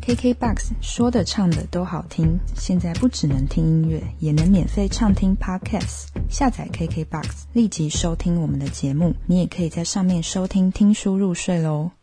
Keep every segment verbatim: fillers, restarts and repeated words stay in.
K K B O X 说的唱的都好听，现在不只能听音乐，也能免费畅听 Podcast。 下载 K K B O X 立即收听我们的节目，你也可以在上面收听听书入睡咯。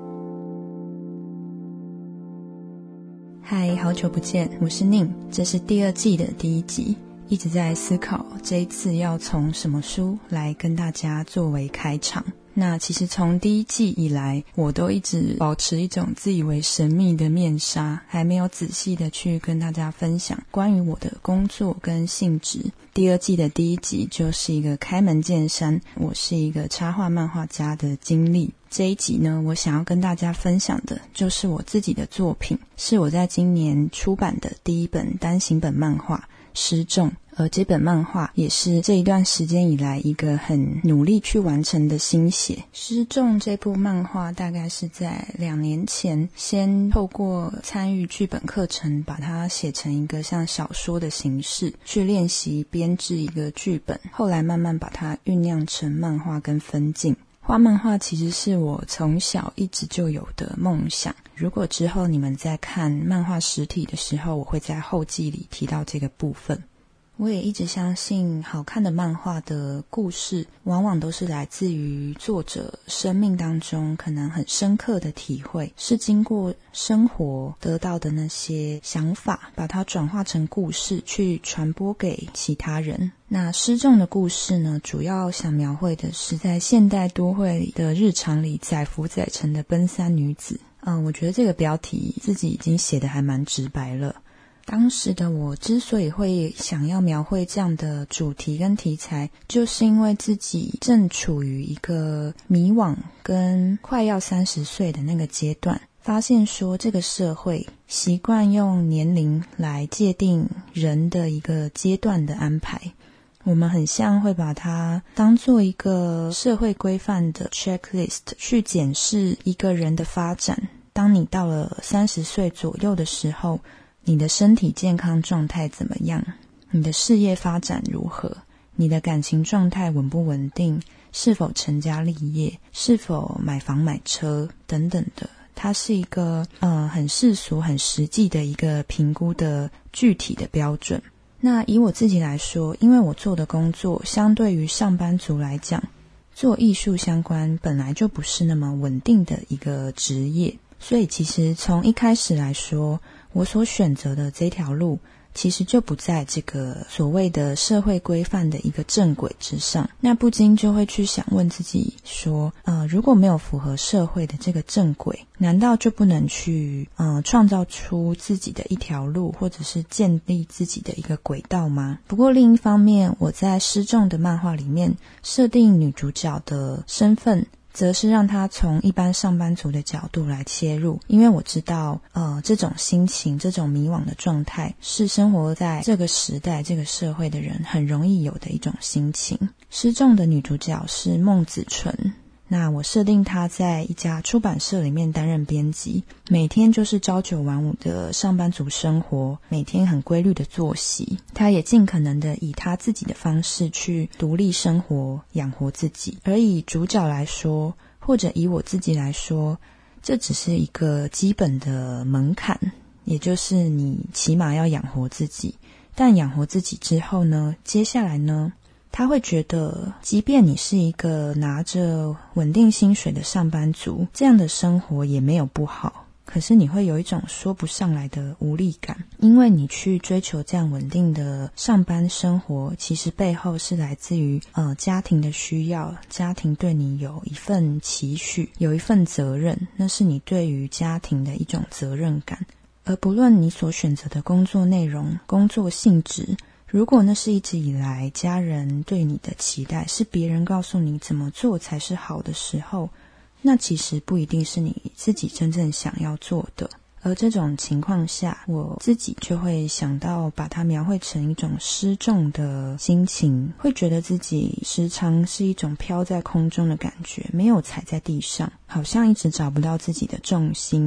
嗨，好久不见，我是宁，这是第二季的第一集，一直在思考这一次要从什么书来跟大家作为开场。那其实从第一季以来，我都一直保持一种自以为神秘的面纱，还没有仔细的去跟大家分享关于我的工作跟性质。第二季的第一集就是一个开门见山，我是一个插画漫画家的经历。这一集呢，我想要跟大家分享的就是我自己的作品，是我在今年出版的第一本单行本漫画失重，而这本漫画也是这一段时间以来一个很努力去完成的心血。失重这部漫画大概是在两年前先透过参与剧本课程把它写成一个像小说的形式，去练习编制一个剧本，后来慢慢把它酝酿成漫画跟分镜。画漫画其实是我从小一直就有的梦想，如果之后你们在看漫画实体的时候，我会在后记里提到这个部分。我也一直相信好看的漫画的故事往往都是来自于作者生命当中可能很深刻的体会，是经过生活得到的那些想法，把它转化成故事去传播给其他人。那失重的故事呢，主要想描绘的是在现代都会的日常里载浮载沉的奔三女子。嗯，我觉得这个标题自己已经写得还蛮直白了。当时的我之所以会想要描绘这样的主题跟题材，就是因为自己正处于一个迷惘跟快要三十岁的那个阶段，发现说这个社会习惯用年龄来界定人的一个阶段的安排，我们很像会把它当做一个社会规范的 checklist 去检视一个人的发展。当你到了三十岁左右的时候，你的身体健康状态怎么样？你的事业发展如何？你的感情状态稳不稳定？是否成家立业？是否买房买车？等等的。它是一个呃很世俗很实际的一个评估的具体的标准。那以我自己来说，因为我做的工作相对于上班族来讲，做艺术相关本来就不是那么稳定的一个职业，所以其实从一开始来说，我所选择的这条路其实就不在这个所谓的社会规范的一个正轨之上。那不禁就会去想问自己说，呃，如果没有符合社会的这个正轨，难道就不能去呃创造出自己的一条路，或者是建立自己的一个轨道吗？不过另一方面，我在失重的漫画里面设定女主角的身份，则是让他从一般上班族的角度来切入，因为我知道呃，这种心情，这种迷惘的状态是生活在这个时代这个社会的人很容易有的一种心情。失重的女主角是孟子纯，那我设定她在一家出版社里面担任编辑，每天就是朝九晚五的上班族生活，每天很规律的作息，她也尽可能的以她自己的方式去独立生活，养活自己。而以主角来说，或者以我自己来说，这只是一个基本的门槛，也就是你起码要养活自己。但养活自己之后呢，接下来呢，他会觉得即便你是一个拿着稳定薪水的上班族，这样的生活也没有不好，可是你会有一种说不上来的无力感，因为你去追求这样稳定的上班生活，其实背后是来自于呃家庭的需要，家庭对你有一份期许，有一份责任，那是你对于家庭的一种责任感。而不论你所选择的工作内容、工作性质，如果那是一直以来家人对你的期待，是别人告诉你怎么做才是好的时候，那其实不一定是你自己真正想要做的。而这种情况下，我自己就会想到把它描绘成一种失重的心情，会觉得自己时常是一种飘在空中的感觉，没有踩在地上，好像一直找不到自己的重心，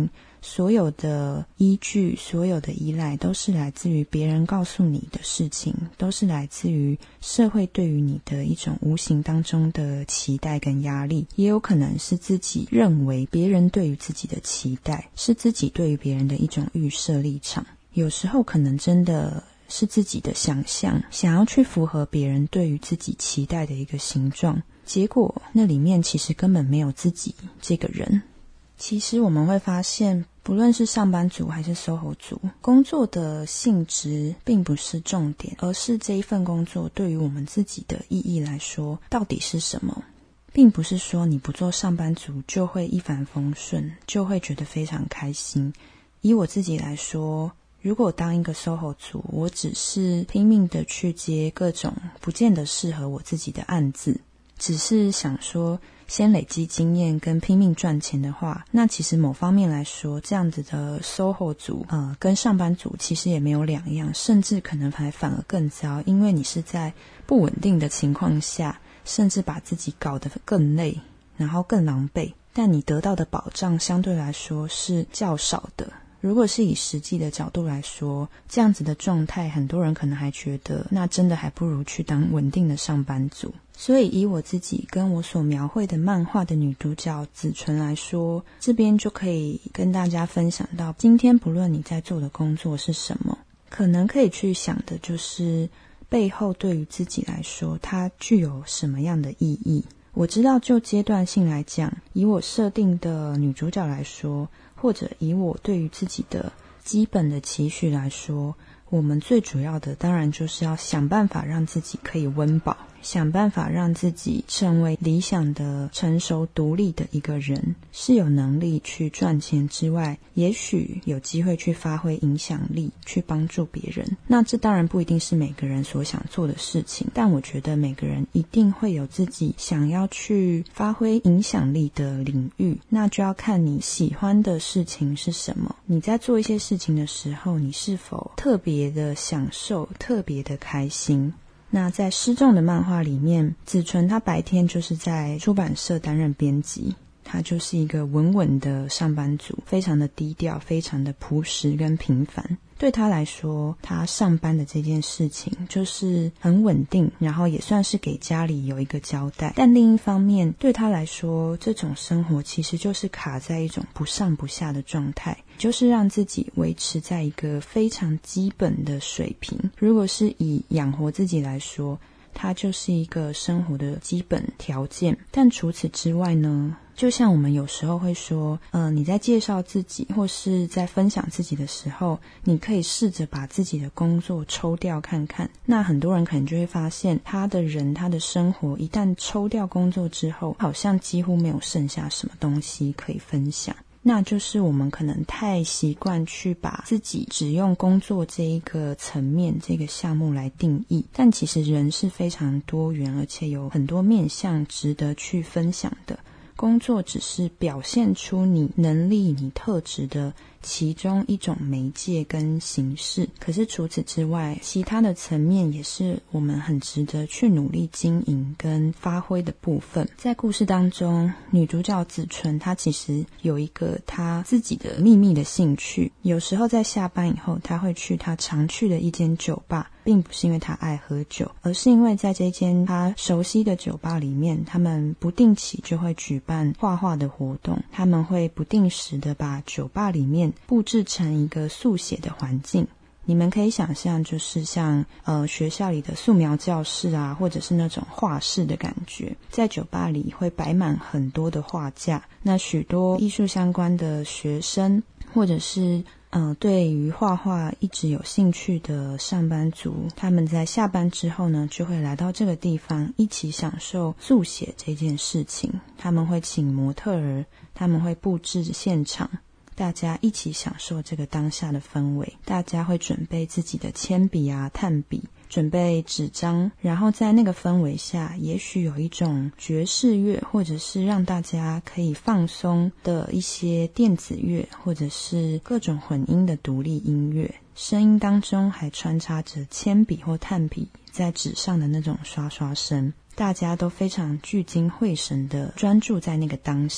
所有的依据，所有的依赖都是来自于别人告诉你的事情，都是来自于社会对于你的一种无形当中的期待跟压力，也有可能是自己认为别人对于自己的期待，是自己对于别人的一种预设立场，有时候可能真的是自己的想象，想要去符合别人对于自己期待的一个形状，结果那里面其实根本没有自己这个人。其实我们会发现，不论是上班族还是 S O H O 族，工作的性质并不是重点，而是这一份工作对于我们自己的意义来说到底是什么。并不是说你不做上班族就会一帆风顺，就会觉得非常开心。以我自己来说，如果当一个 S O H O 族，我只是拼命的去接各种不见得适合我自己的案子，只是想说先累积经验跟拼命赚钱的话，那其实某方面来说，这样子的 S O H O 族呃，跟上班族其实也没有两样，甚至可能还反而更糟，因为你是在不稳定的情况下，甚至把自己搞得更累，然后更狼狈，但你得到的保障相对来说是较少的。如果是以实际的角度来说，这样子的状态，很多人可能还觉得那真的还不如去当稳定的上班族。所以以我自己跟我所描绘的漫画的女主角子纯来说，这边就可以跟大家分享到，今天不论你在做的工作是什么，可能可以去想的就是背后对于自己来说它具有什么样的意义。我知道就阶段性来讲，以我设定的女主角来说，或者以我对于自己的基本的期许来说，我们最主要的当然就是要想办法让自己可以温饱，想办法让自己成为理想的成熟独立的一个人，是有能力去赚钱之外，也许有机会去发挥影响力，去帮助别人。那这当然不一定是每个人所想做的事情，但我觉得每个人一定会有自己想要去发挥影响力的领域，那就要看你喜欢的事情是什么。你在做一些事情的时候，你是否特别的享受，特别的开心。那在失重的漫画里面，子纯他白天就是在出版社担任编辑，他就是一个稳稳的上班族，非常的低调，非常的朴实跟平凡。对他来说，他上班的这件事情就是很稳定，然后也算是给家里有一个交代。但另一方面，对他来说，这种生活其实就是卡在一种不上不下的状态，就是让自己维持在一个非常基本的水平。如果是以养活自己来说，它就是一个生活的基本条件。但除此之外呢，就像我们有时候会说，呃，你在介绍自己或是在分享自己的时候，你可以试着把自己的工作抽掉看看。那很多人可能就会发现，他的人他的生活一旦抽掉工作之后，好像几乎没有剩下什么东西可以分享。那就是我们可能太习惯去把自己只用工作这一个层面这个项目来定义，但其实人是非常多元，而且有很多面向值得去分享的。工作只是表现出你能力你特质的其中一种媒介跟形式，可是除此之外，其他的层面也是我们很值得去努力经营跟发挥的部分。在故事当中，女主角子纯她其实有一个她自己的秘密的兴趣，有时候在下班以后，她会去她常去的一间酒吧，并不是因为她爱喝酒，而是因为在这间她熟悉的酒吧里面，他们不定期就会举办画画的活动，他们会不定时的把酒吧里面布置成一个速写的环境。你们可以想象，就是像呃学校里的素描教室啊，或者是那种画室的感觉。在酒吧里会摆满很多的画架，那许多艺术相关的学生，或者是呃对于画画一直有兴趣的上班族，他们在下班之后呢，就会来到这个地方一起享受速写这件事情。他们会请模特儿，他们会布置现场，大家一起享受这个当下的氛围。大家会准备自己的铅笔啊、炭笔，准备纸张，然后在那个氛围下，也许有一种爵士乐，或者是让大家可以放松的一些电子乐，或者是各种混音的独立音乐，声音当中还穿插着铅笔或炭笔在纸上的那种刷刷声。大家都非常聚精会神的专注在那个当下，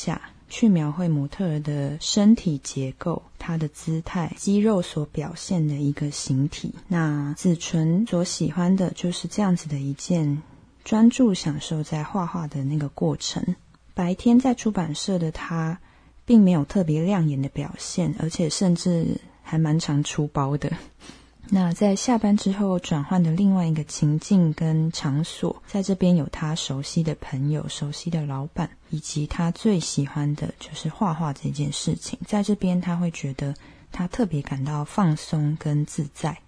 去描绘模特儿的身体结构，她的姿态，肌肉所表现的一个形体。那子纯所喜欢的就是这样子的一件专注享受在画画的那个过程。白天在出版社的她并没有特别亮眼的表现，而且甚至还蛮常出包的。那在下班之后转换的另外一个情境跟场所，在这边有他熟悉的朋友、熟悉的老板，以及他最喜欢的就是画画这件事情。在这边他会觉得他特别感到放松跟自在。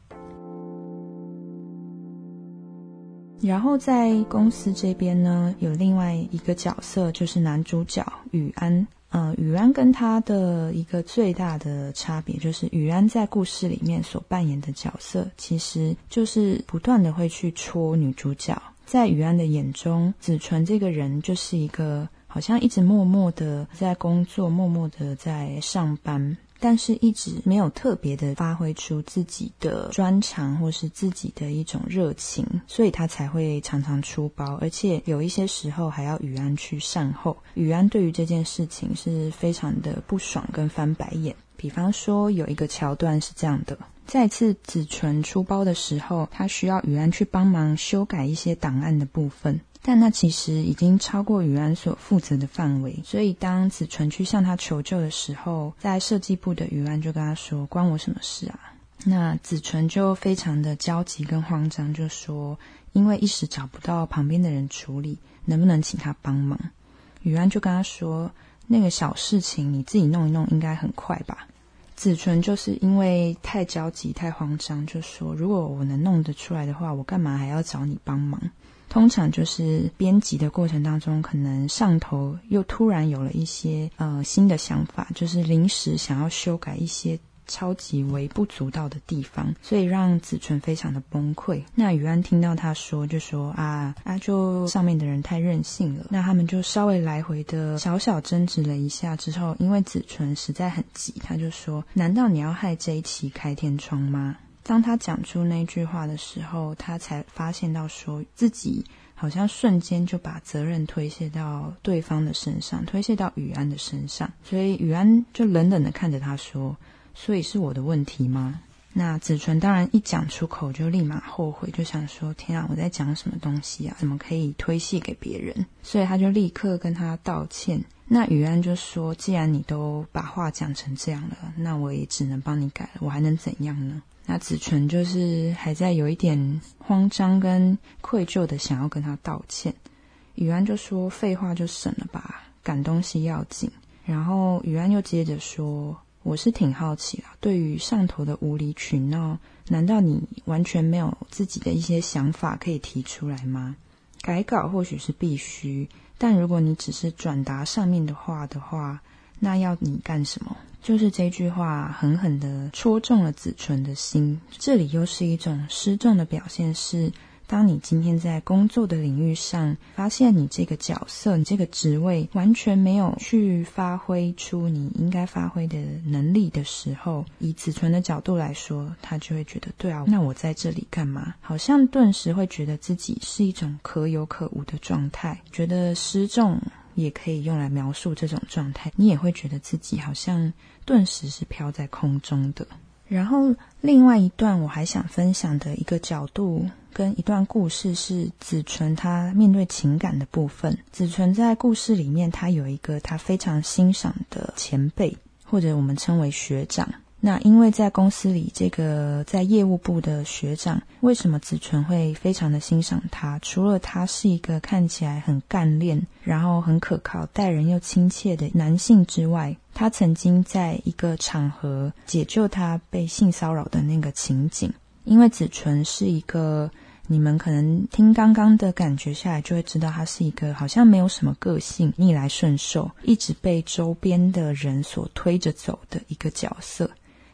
然后在公司这边呢，有另外一个角色，就是男主角宇安。呃，宇安跟他的一个最大的差别，就是宇安在故事里面所扮演的角色，其实就是不断的会去戳女主角。在宇安的眼中，子纯这个人就是一个好像一直默默的在工作，默默的在上班，但是一直没有特别的发挥出自己的专长或是自己的一种热情，所以他才会常常出包，而且有一些时候还要宇安去善后。宇安对于这件事情是非常的不爽跟翻白眼。比方说有一个桥段是这样的，再次子纯出包的时候，他需要宇安去帮忙修改一些档案的部分，但那其实已经超过宇安所负责的范围，所以当子纯去向他求救的时候，在设计部的宇安就跟他说，关我什么事啊？那子纯就非常的焦急跟慌张，就说因为一时找不到旁边的人处理，能不能请他帮忙？宇安就跟他说，那个小事情你自己弄一弄应该很快吧。子纯就是因为太焦急太慌张，就说如果我能弄得出来的话，我干嘛还要找你帮忙？通常就是编辑的过程当中，可能上头又突然有了一些呃新的想法，就是临时想要修改一些超级微不足道的地方，所以让子纯非常的崩溃。那宇安听到他说，就说啊啊，就上面的人太任性了。那他们就稍微来回的小小争执了一下之后，因为子纯实在很急，他就说，难道你要害这一期开天窗吗？当他讲出那句话的时候，他才发现到说自己好像瞬间就把责任推卸到对方的身上，推卸到宇安的身上。所以宇安就冷冷的看着他说，所以是我的问题吗？那子纯当然一讲出口就立马后悔，就想说天啊，我在讲什么东西啊，怎么可以推卸给别人？所以他就立刻跟他道歉。那宇安就说，既然你都把话讲成这样了，那我也只能帮你改了，我还能怎样呢？那子纯就是还在有一点慌张跟愧疚的想要跟他道歉。宇安就说，废话就省了吧，赶东西要紧。然后宇安又接着说，我是挺好奇啦，对于上头的无理取闹，难道你完全没有自己的一些想法可以提出来吗？改稿或许是必须，但如果你只是转达上面的话的话，那要你干什么？就是这句话狠狠地戳中了子纯的心。这里又是一种失重的表现，是当你今天在工作的领域上发现你这个角色，你这个职位完全没有去发挥出你应该发挥的能力的时候，以子纯的角度来说，他就会觉得对啊，那我在这里干嘛？好像顿时会觉得自己是一种可有可无的状态，觉得失重也可以用来描述这种状态，你也会觉得自己好像顿时是飘在空中的。然后另外一段我还想分享的一个角度跟一段故事是子纯他面对情感的部分。子纯在故事里面，他有一个他非常欣赏的前辈，或者我们称为学长。那因为在公司里，这个在业务部的学长，为什么子纯会非常的欣赏他？除了他是一个看起来很干练，然后很可靠，待人又亲切的男性之外，他曾经在一个场合解救他被性骚扰的那个情景。因为子纯是一个，你们可能听刚刚的感觉下来就会知道，他是一个好像没有什么个性，逆来顺受，一直被周边的人所推着走的一个角色。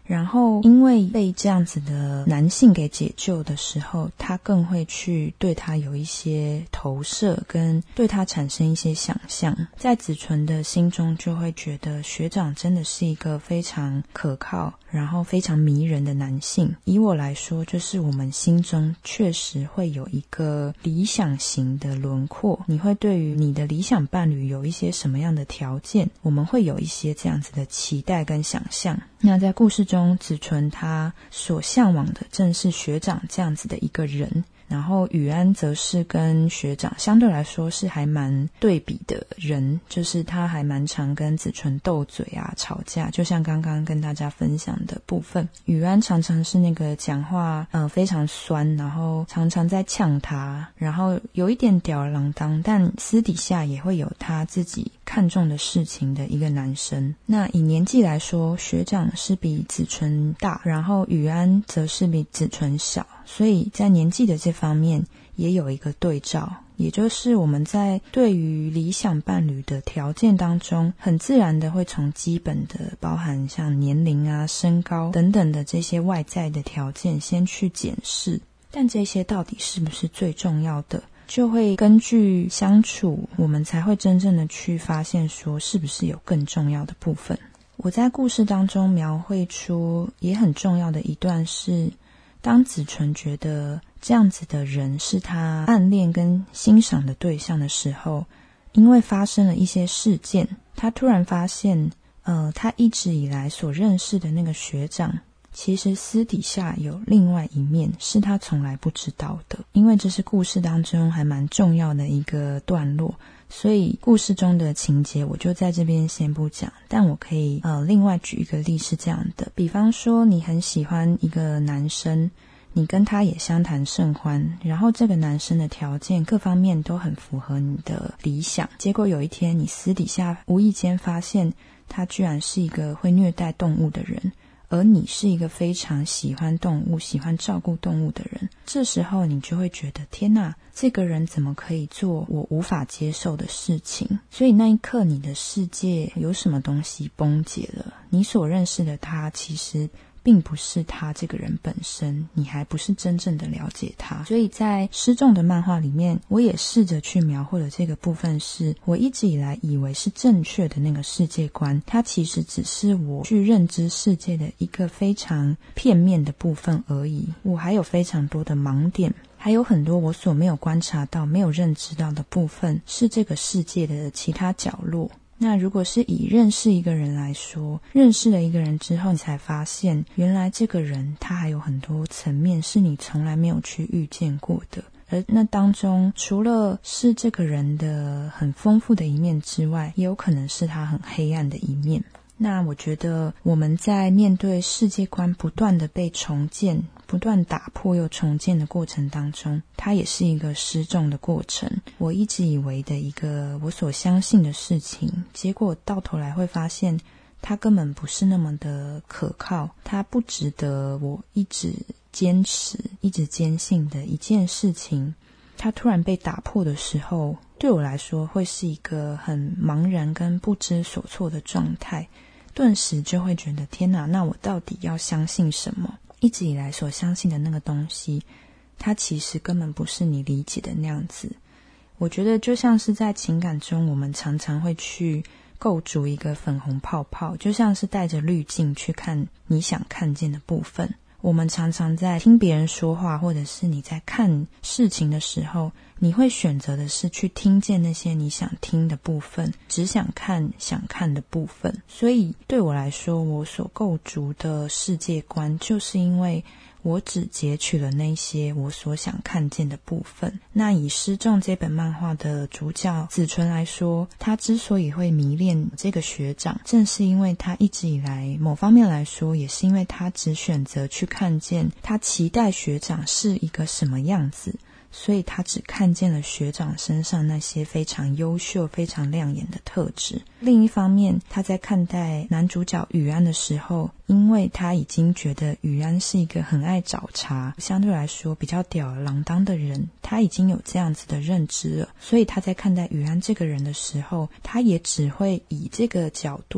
然后因为被这样子的男性给解救的时候，他更会去对他有一些投射，跟对他产生一些想象。在子纯的心中就会觉得学长真的是一个非常可靠，然后非常迷人的男性。以我来说，就是我们心中确实会有一个理想型的轮廓，你会对于你的理想伴侣有一些什么样的条件，我们会有一些这样子的期待跟想象。那在故事中，子纯他所向往的正是学长这样子的一个人，然后宇安则是跟学长相对来说是还蛮对比的人，就是他还蛮常跟子纯斗嘴啊吵架，就像刚刚跟大家分享的部分，宇安常常是那个讲话呃非常酸，然后常常在呛他，然后有一点吊儿郎当，但私底下也会有他自己看重的事情的一个男生。那以年纪来说，学长是比子纯大，然后宇安则是比子纯小，所以在年纪的这方面也有一个对照，也就是我们在对于理想伴侣的条件当中，很自然的会从基本的包含像年龄啊、身高等等的这些外在的条件先去检视，但这些到底是不是最重要的，就会根据相处，我们才会真正的去发现说是不是有更重要的部分。我在故事当中描绘出也很重要的一段是，当子纯觉得这样子的人是他暗恋跟欣赏的对象的时候，因为发生了一些事件，他突然发现呃，他一直以来所认识的那个学长其实私底下有另外一面是他从来不知道的。因为这是故事当中还蛮重要的一个段落，所以故事中的情节我就在这边先不讲，但我可以呃另外举一个例是这样的，比方说你很喜欢一个男生，你跟他也相谈甚欢，然后这个男生的条件各方面都很符合你的理想，结果有一天你私底下无意间发现他居然是一个会虐待动物的人，而你是一个非常喜欢动物、喜欢照顾动物的人，这时候你就会觉得天哪，这个人怎么可以做我无法接受的事情？所以那一刻你的世界有什么东西崩解了，你所认识的他其实并不是他这个人本身，你还不是真正的了解他。所以在失重的漫画里面，我也试着去描绘的这个部分是我一直以来以为是正确的那个世界观，它其实只是我去认知世界的一个非常片面的部分而已，我还有非常多的盲点，还有很多我所没有观察到、没有认知到的部分是这个世界的其他角落。那如果是以认识一个人来说，认识了一个人之后，你才发现原来这个人他还有很多层面是你从来没有去遇见过的，而那当中除了是这个人的很丰富的一面之外，也有可能是他很黑暗的一面。那我觉得我们在面对世界观不断的被重建、不断打破又重建的过程当中，它也是一个失重的过程。我一直以为的一个我所相信的事情，结果到头来会发现它根本不是那么的可靠，它不值得我一直坚持、一直坚信的一件事情，它突然被打破的时候，对我来说会是一个很茫然跟不知所措的状态，顿时就会觉得天哪，那我到底要相信什么？一直以来所相信的那个东西，它其实根本不是你理解的那样子。我觉得就像是在情感中，我们常常会去构筑一个粉红泡泡，就像是带着滤镜去看你想看见的部分。我们常常在听别人说话，或者是你在看事情的时候，你会选择的是去听见那些你想听的部分，只想看想看的部分。所以对我来说，我所构筑的世界观，就是因为我只截取了那些我所想看见的部分。那以失重这本漫画的主角子纯来说，他之所以会迷恋这个学长，正是因为他一直以来，某方面来说，也是因为他只选择去看见他期待学长是一个什么样子，所以他只看见了学长身上那些非常优秀、非常亮眼的特质。另一方面，他在看待男主角宇安的时候，因为他已经觉得宇安是一个很爱找茬，相对来说比较吊儿郎当的人，他已经有这样子的认知了，所以他在看待宇安这个人的时候，他也只会以这个角度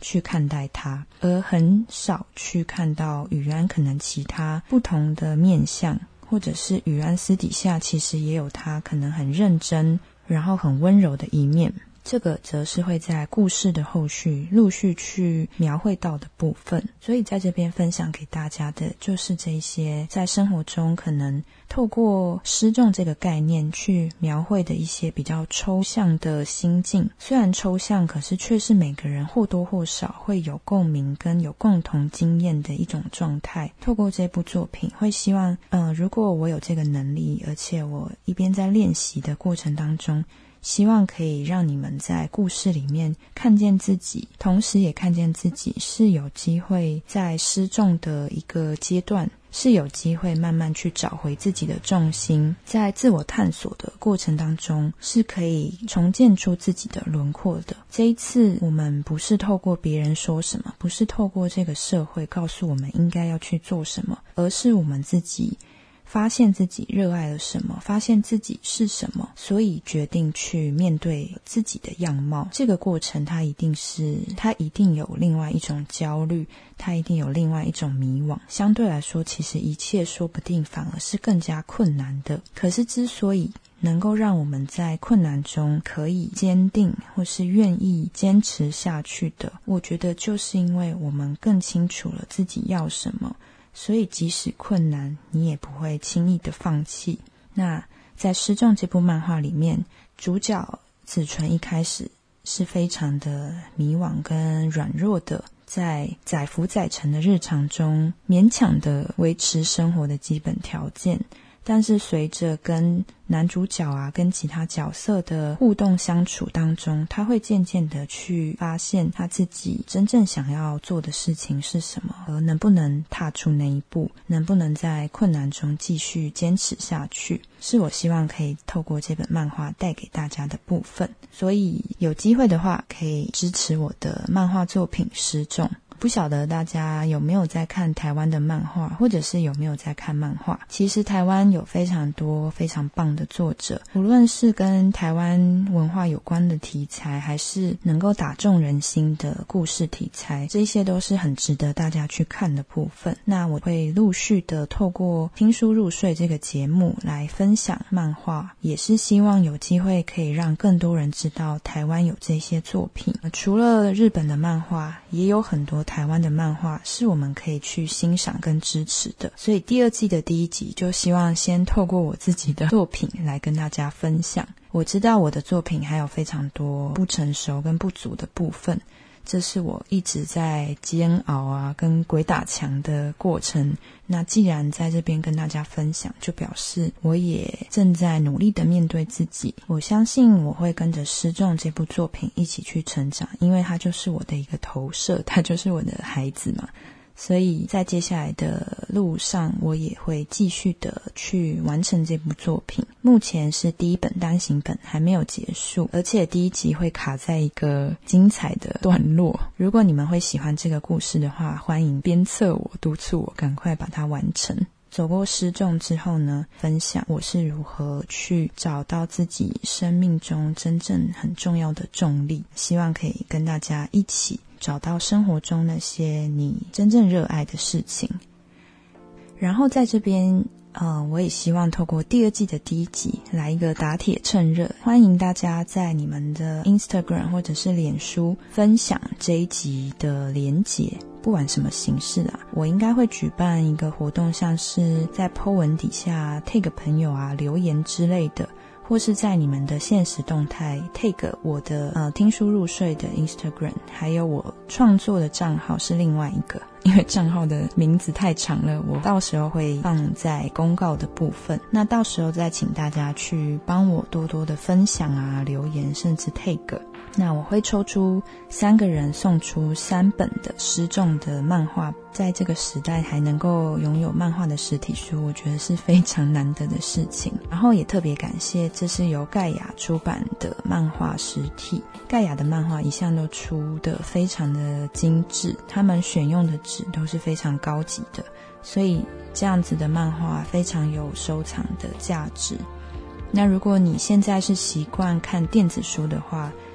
去看待它，而很少去看到雨安可能其他不同的面向，或者是雨安私底下其实也有他可能很认真然后很温柔的一面。这个则是会在故事的后续陆续去描绘到的部分。所以在这边分享给大家的就是这些在生活中可能透过失重这个概念去描绘的一些比较抽象的心境。虽然抽象，可是却是每个人或多或少会有共鸣跟有共同经验的一种状态。透过这部作品会希望呃，如果我有这个能力，而且我一边在练习的过程当中，希望可以让你们在故事里面看见自己，同时也看见自己是有机会在失重的一个阶段，是有机会慢慢去找回自己的重心，在自我探索的过程当中是可以重建出自己的轮廓的。这一次我们不是透过别人说什么，不是透过这个社会告诉我们应该要去做什么，而是我们自己发现自己热爱了什么，发现自己是什么，所以决定去面对自己的样貌。这个过程它一定是它一定有另外一种焦虑，它一定有另外一种迷惘。相对来说，其实一切说不定反而是更加困难的。可是之所以能够让我们在困难中可以坚定或是愿意坚持下去的，我觉得就是因为我们更清楚了自己要什么，所以即使困难你也不会轻易的放弃。那在失重这部漫画里面，主角子纯一开始是非常的迷惘跟软弱的，在载浮载沉的日常中勉强的维持生活的基本条件，但是随着跟男主角啊跟其他角色的互动相处当中，他会渐渐的去发现他自己真正想要做的事情是什么，而能不能踏出那一步，能不能在困难中继续坚持下去，是我希望可以透过这本漫画带给大家的部分。所以有机会的话可以支持我的漫画作品失重。不晓得大家有没有在看台湾的漫画，或者是有没有在看漫画。其实台湾有非常多非常棒的作者，无论是跟台湾文化有关的题材，还是能够打中人心的故事题材，这些都是很值得大家去看的部分。那我会陆续的透过听书入睡这个节目来分享漫画，也是希望有机会可以让更多人知道台湾有这些作品。除了日本的漫画，也有很多台湾的漫画是我们可以去欣赏跟支持的。所以第二季的第一集就希望先透过我自己的作品来跟大家分享。我知道我的作品还有非常多不成熟跟不足的部分，这是我一直在煎熬啊跟鬼打墙的过程。那既然在这边跟大家分享，就表示我也正在努力的面对自己。我相信我会跟着失重这部作品一起去成长，因为它就是我的一个投射，它就是我的孩子嘛。所以在接下来的路上，我也会继续的去完成这部作品。目前是第一本单行本还没有结束，而且第一集会卡在一个精彩的段落。如果你们会喜欢这个故事的话，欢迎鞭策我，督促我赶快把它完成。走过失重之后呢，分享我是如何去找到自己生命中真正很重要的重力，希望可以跟大家一起找到生活中那些你真正热爱的事情。然后在这边呃，我也希望透过第二季的第一集来一个打铁趁热，欢迎大家在你们的 Instagram 或者是脸书分享这一集的连结，不管什么形式啊，我应该会举办一个活动，像是在 po 文底下 tag 朋友啊留言之类的，或是在你们的限时动态 tag 我的呃听书入睡的 Instagram， 还有我创作的账号是另外一个，因为账号的名字太长了，我到时候会放在公告的部分。那到时候再请大家去帮我多多的分享啊留言，甚至 tag。那我会抽出三个人送出三本的失重的漫画，在这个时代还能够拥有漫画的实体书，我觉得是非常难得的事情。然后也特别感谢这是由盖亚出版的漫画实体，盖亚的漫画一向都出得非常的精致，他们选用的纸都是非常高级的，所以这样子的漫画非常有收藏的价值。那如果你现在是习惯看电子书的话，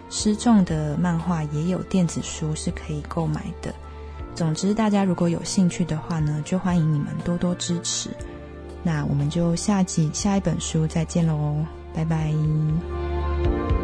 失重的漫画也有电子书是可以购买的。总之大家如果有兴趣的话呢，就欢迎你们多多支持。那我们就下集下一本书再见咯，拜拜。